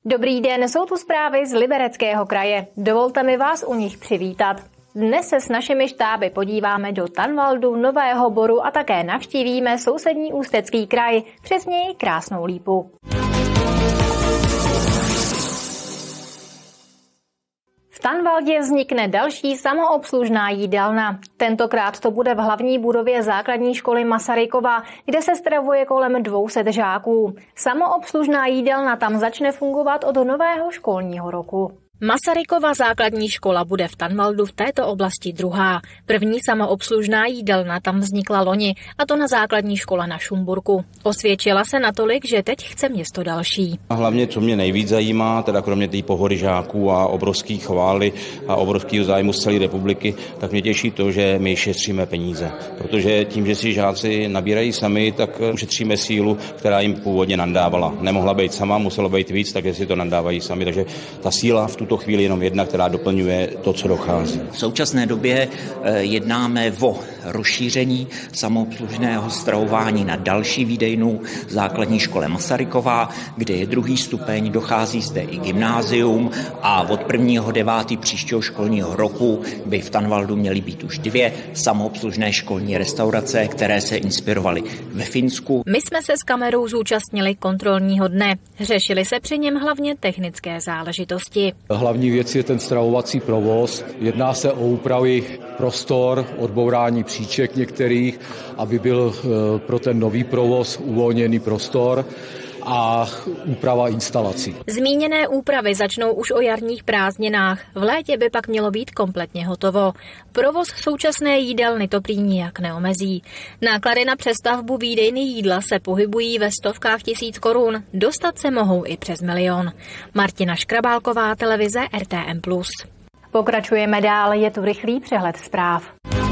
Dobrý den, jsou tu zprávy z Libereckého kraje. Dovolte mi vás u nich přivítat. Dnes se s našimi štáby podíváme do Tanvaldu, Nového Boru a také navštívíme sousední Ústecký kraj, přesněji Krásnou Lípu. V Tanvaldě vznikne další samoobslužná jídelna. Tentokrát to bude v hlavní budově základní školy Masarykova, kde se stravuje kolem 200 žáků. Samoobslužná jídelna tam začne fungovat od nového školního roku. Masarykova základní škola bude v Tanvaldu v této oblasti druhá. První samoobslužná jídelna tam vznikla loni, a to na základní škole na Šumburku. Osvědčila se natolik, že teď chce město další. A hlavně, co mě nejvíc zajímá, teda kromě té pohody žáků a obrovský chvály a obrovského zájmu z celé republiky, tak mě těší to, že my šetříme peníze. Protože tím, že si žáci nabírají sami, tak šetříme sílu, která jim původně nandávala. Nemohla být sama, muselo být víc, takže si to nandávají sami. Takže ta síla v tuto chvíli jenom jedna, která doplňuje to, co dochází. V současné době jednáme o rozšíření samoobslužného stravování na další výdejnu základní škole Masarykova, kde je druhý stupeň, dochází zde i gymnázium a od 1.9. příštího školního roku by v Tanvaldu měly být už 2 samoobslužné školní restaurace, které se inspirovaly ve Finsku. My jsme se s kamerou zúčastnili kontrolního dne. Řešily se při něm hlavně technické záležitosti. Hlavní věc je ten stravovací provoz. Jedná se o úpravy prostor, odbourání příček některých, aby byl pro ten nový provoz uvolněný prostor a úprava instalací. Zmíněné úpravy začnou už o jarních prázdninách. V létě by pak mělo být kompletně hotovo. Provoz současné jídelny to prý nijak neomezí. Náklady na přestavbu výdejny jídla se pohybují ve stovkách tisíc korun. Dostat se mohou i přes 1 000 000. Martina Škrabálková, televize RTM+. Pokračujeme dál, je tu rychlý přehled zpráv.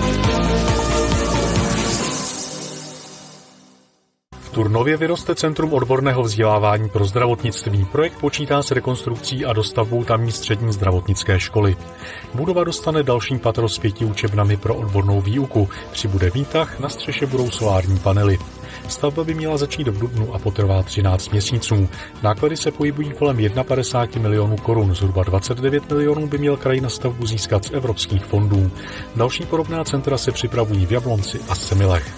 V Turnově vyroste Centrum odborného vzdělávání pro zdravotnictví. Projekt počítá s rekonstrukcí a dostavbou tamní střední zdravotnické školy. Budova dostane další patro s 5 učebnami pro odbornou výuku. Přibude výtah, na střeše budou solární panely. Stavba by měla začít v dubnu a potrvá 13 měsíců. Náklady se pohybují kolem 51 milionů korun. Zhruba 29 milionů by měl kraj na stavbu získat z evropských fondů. Další podobná centra se připravují v Jablonci a Semilech.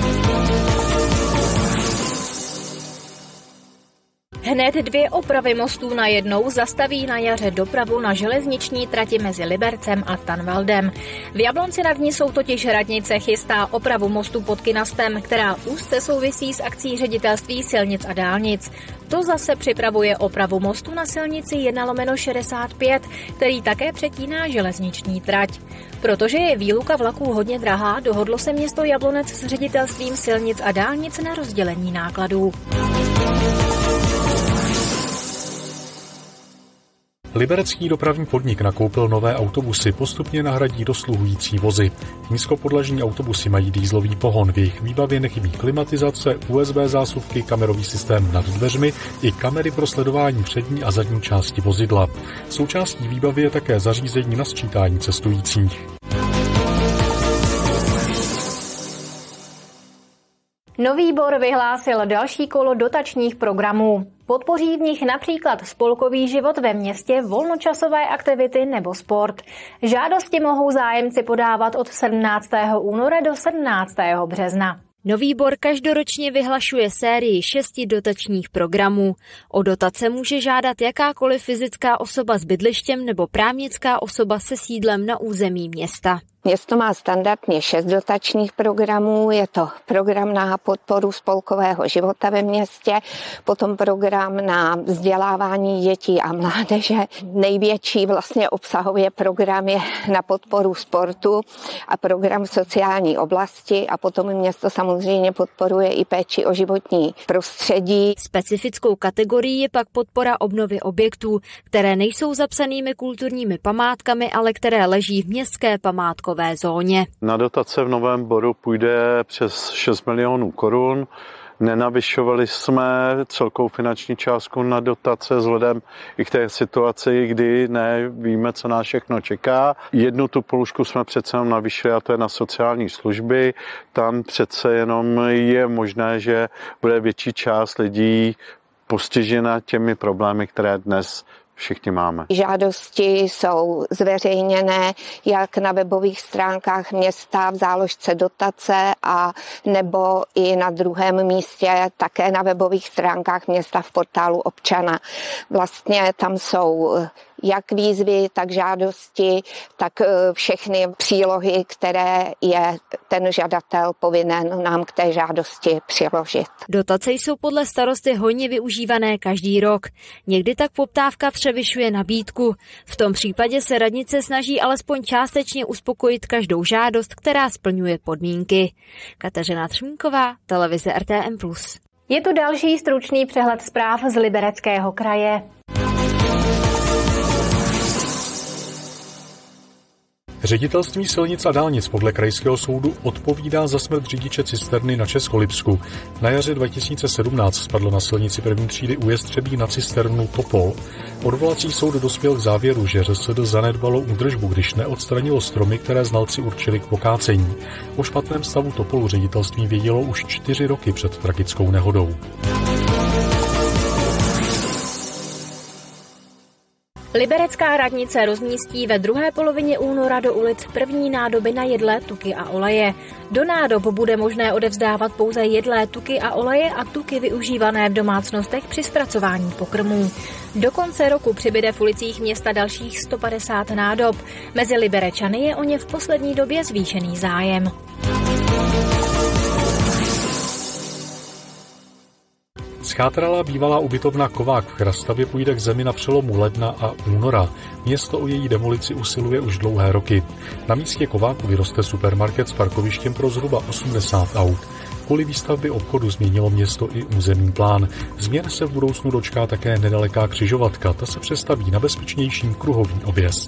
Hned 2 opravy mostů najednou zastaví na jaře dopravu na železniční trati mezi Libercem a Tanvaldem. V Jablonci nad ní jsou totiž radnice chystá opravu mostu pod Kynastem, která úzce souvisí s akcí Ředitelství silnic a dálnic. To zase připravuje opravu mostu na silnici 1/65, který také přetíná železniční trať. Protože je výluka vlaků hodně drahá, dohodlo se město Jablonec s Ředitelstvím silnic a dálnic na rozdělení nákladů. Liberecký dopravní podnik nakoupil nové autobusy, postupně nahradí dosluhující vozy. Nízkopodlažní autobusy mají dieselový pohon, v jejich výbavě nechybí klimatizace, USB zásuvky, kamerový systém nad dveřmi i kamery pro sledování přední a zadní části vozidla. Součástí výbavy je také zařízení na sčítání cestujících. Nový Bor vyhlásil další kolo dotačních programů. Podpoří v nich například spolkový život ve městě, volnočasové aktivity nebo sport. Žádosti mohou zájemci podávat od 17. února do 17. března. Nový Bor každoročně vyhlašuje sérii 6 dotačních programů. O dotace může žádat jakákoliv fyzická osoba s bydlištěm nebo právnická osoba se sídlem na území města. Město má standardně 6 dotačních programů, je to program na podporu spolkového života ve městě, potom program na vzdělávání dětí a mládeže. Největší vlastně obsahově program je na podporu sportu a program v sociální oblasti a potom město samozřejmě podporuje i péči o životní prostředí. Specifickou kategorií je pak podpora obnovy objektů, které nejsou zapsanými kulturními památkami, ale které leží v městské památkové zóně. Na dotace v Novém Boru půjde přes 6 milionů korun. Nenavyšovali jsme celkovou finanční částku na dotace vzhledem i k té situaci, kdy nevíme, co nás všechno čeká. Jednu tu položku jsme přece jenom navýšili a to je na sociální služby. Tam přece jenom je možné, že bude větší část lidí postižena těmi problémy, které dnes všichni máme. Žádosti jsou zveřejněné jak na webových stránkách města v záložce dotace a nebo i na druhém místě také na webových stránkách města v portálu občana. Vlastně tam jsou jak výzvy, tak žádosti, tak všechny přílohy, které je ten žadatel povinen nám k té žádosti přiložit. Dotace jsou podle starosty hojně využívané každý rok. Někdy tak poptávka převyšuje nabídku. V tom případě se radnice snaží alespoň částečně uspokojit každou žádost, která splňuje podmínky. Kateřina Třmínková, televize RTM+. Je tu další stručný přehled zpráv z Libereckého kraje. Ředitelství silnic a dálnic podle krajského soudu odpovídá za smrt řidiče cisterny na Českolipsku. Na jaře 2017 spadlo na silnici první třídy u Jestřebí na cisternu Topol. Odvolací soud dospěl k závěru, že ŘSD zanedbalo údržbu, když neodstranilo stromy, které znalci určili k pokácení. O špatném stavu Topolu ředitelství vědělo už 4 roky před tragickou nehodou. Liberecká radnice rozmístí ve druhé polovině února do ulic první nádoby na jedlé, tuky a oleje. Do nádob bude možné odevzdávat pouze jedlé, tuky a oleje a tuky využívané v domácnostech při zpracování pokrmů. Do konce roku přibyde v ulicích města dalších 150 nádob. Mezi Liberečany je o ně v poslední době zvýšený zájem. Zchátralá bývalá ubytovna Kovák v Chrastavě půjde k zemi na přelomu ledna a února. Město o její demolici usiluje už dlouhé roky. Na místě Kováku vyroste supermarket s parkovištěm pro zhruba 80 aut. Kvůli výstavbě obchodu změnilo město i územní plán. Změn se v budoucnu dočká také nedaleká křižovatka, ta se přestaví na bezpečnější kruhový objezd.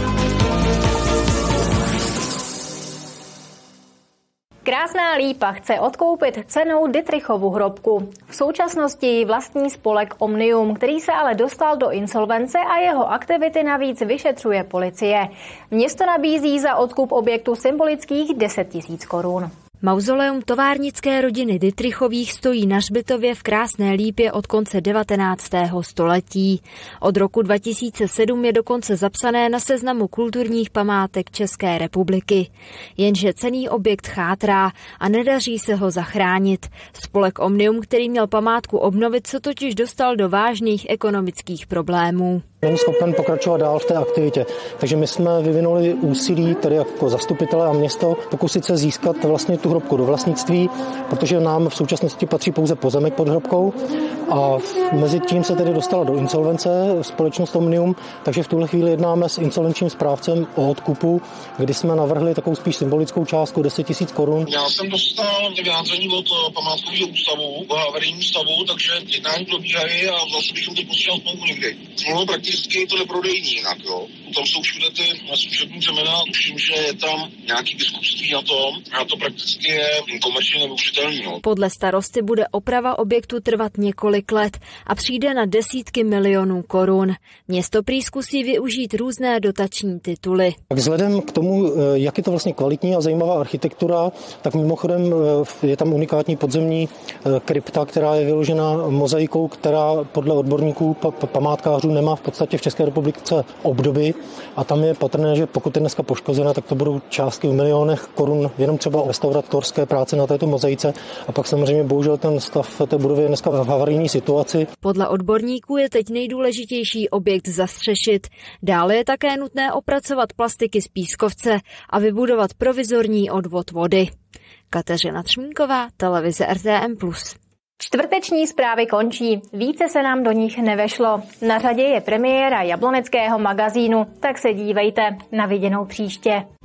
Krásná Lípa chce odkoupit cennou Dittrichovu hrobku. V současnosti ji vlastní spolek Omnium, který se ale dostal do insolvence a jeho aktivity navíc vyšetřuje policie. Město nabízí za odkup objektu symbolických 10 000 korun. Mauzoleum továrnické rodiny Dittrichových stojí na hřbitově v Krásné Lípě od konce 19. století. Od roku 2007 je dokonce zapsané na seznamu kulturních památek České republiky. Jenže cenný objekt chátrá a nedaří se ho zachránit. Spolek Omnium, který měl památku obnovit, se totiž dostal do vážných ekonomických problémů. Není schopen pokračovat dál v té aktivitě. Takže my jsme vyvinuli úsilí, tedy jako zastupitelé a město, pokusit se získat vlastně tu hrobku do vlastnictví, protože nám v současnosti patří pouze pozemek pod hrobkou a mezi tím se tedy dostala do insolvence společnost Omnium, takže v tuhle chvíli jednáme s insolvenčním správcem o odkupu, kdy jsme navrhli takovou spíš symbolickou částku 10 000 korun. Já jsem dostal vyjádření od památkového ústavu, o havarijním stavu, takže jednání probíhají a vlastně bychom to posílal smlouvu nikdy. Smlouva prakticky je to neprodejní jinak, jo. Tam jsou všude ty zkušební břemena, tuším, že je tam nějaký biskupství na tom a to prakticky je komerčně neuvěřitelný. No. Podle starosty bude oprava objektu trvat několik let a přijde na desítky milionů korun. Město prý zkusí využít různé dotační tituly. Vzhledem k tomu, jak je to vlastně kvalitní a zajímavá architektura, tak mimochodem je tam unikátní podzemní krypta, která je vyložena mozaikou, která podle odborníků památkářů nemá v podstatě v České republice obdoby. A tam je patrné, že pokud je dneska poškozena, tak to budou částky v milionech korun, jenom třeba restauratorské práce na této mozaice. A pak samozřejmě bohužel ten stav té budovy je dneska v havarijní situaci. Podle odborníků je teď nejdůležitější objekt zastřešit. Dále je také nutné opracovat plastiky z pískovce a vybudovat provizorní odvod vody. Kateřina Třmínková, televize RTM+. Čtvrteční zprávy končí, více se nám do nich nevešlo. Na řadě je premiéra Jabloneckého magazínu, tak se dívejte, na viděnou příště.